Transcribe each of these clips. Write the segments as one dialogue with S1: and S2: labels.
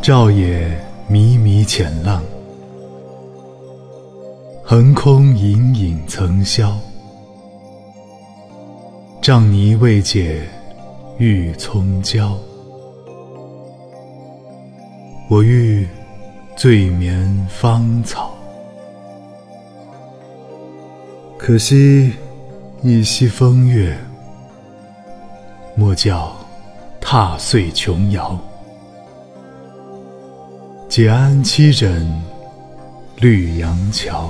S1: 照也靡靡浅浪，横空隐隐曾消。障泥未解欲葱焦，我欲醉眠芳草。可惜一夕风月，莫教踏碎琼瑶。解鞍栖枕绿杨桥，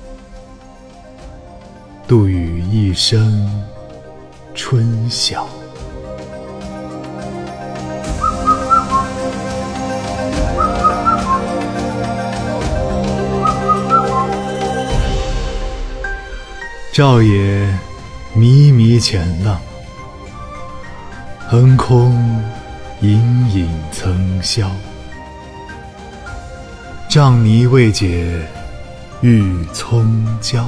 S1: 度与一生春晓。照也靡靡浅浪，横空隐隐曾消。障泥未解欲葱焦，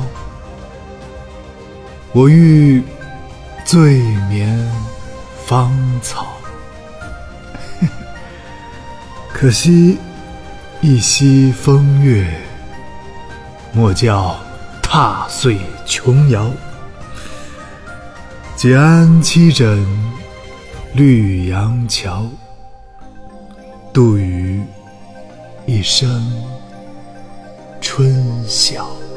S1: 我欲醉眠芳草。可惜一夕风月，莫教踏碎琼瑶。解鞍栖枕绿杨桥，度与一生春晓。